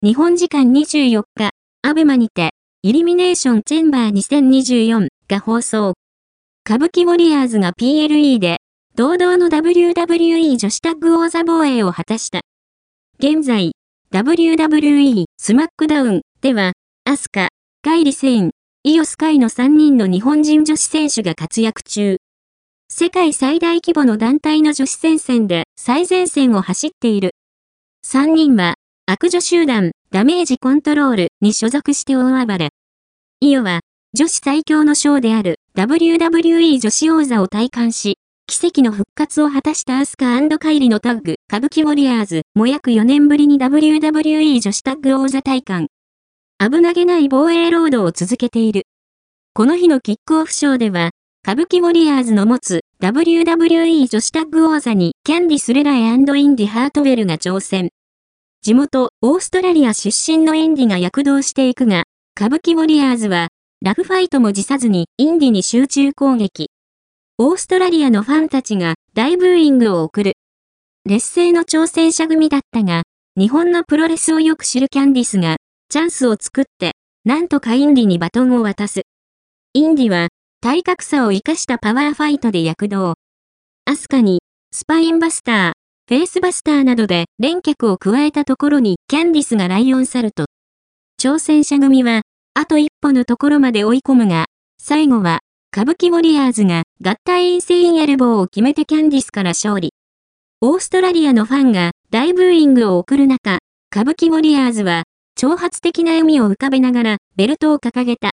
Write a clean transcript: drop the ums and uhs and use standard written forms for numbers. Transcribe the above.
日本時間24日、アベマにて、イリミネーションチェンバー2024が放送。歌舞伎ウォリアーズが PLE で、堂々の WWE 女子タッグ王座防衛を果たした。現在、WWE スマックダウンでは、アスカ、カイリ・セイン、イオスカイの3人の日本人女子選手が活躍中。世界最大規模の団体の女子戦線で最前線を走っている。3人は、悪女集団、ダメージコントロールに所属して大暴れ。イオは、女子最強のショーである WWE 女子王座を体感し、奇跡の復活を果たしたアスカ&カイリのタッグ、歌舞伎ウォリアーズも約4年ぶりに WWE 女子タッグ王座体感。危なげない防衛ロードを続けている。この日のキックオフショーでは、歌舞伎ウォリアーズの持つ WWE 女子タッグ王座にキャンディス・レラエ&インディ・ハートウェルが挑戦。地元、オーストラリア出身のインディが躍動していくが、歌舞伎ウォリアーズは、ラフファイトも辞さずにインディに集中攻撃。オーストラリアのファンたちが大ブーイングを送る。劣勢の挑戦者組だったが、日本のプロレスをよく知るキャンディスが、チャンスを作って、なんとかインディにバトンを渡す。インディは、体格差を生かしたパワーファイトで躍動。アスカに、スパインバスター、フェイスバスターなどで連脚を加えたところにキャンディスがライオンサルト。挑戦者組は、あと一歩のところまで追い込むが、最後は、歌舞伎ウォリアーズが合体インセインエルボーを決めてキャンディスから勝利。オーストラリアのファンが大ブーイングを送る中、歌舞伎ウォリアーズは、挑発的な笑みを浮かべながらベルトを掲げた。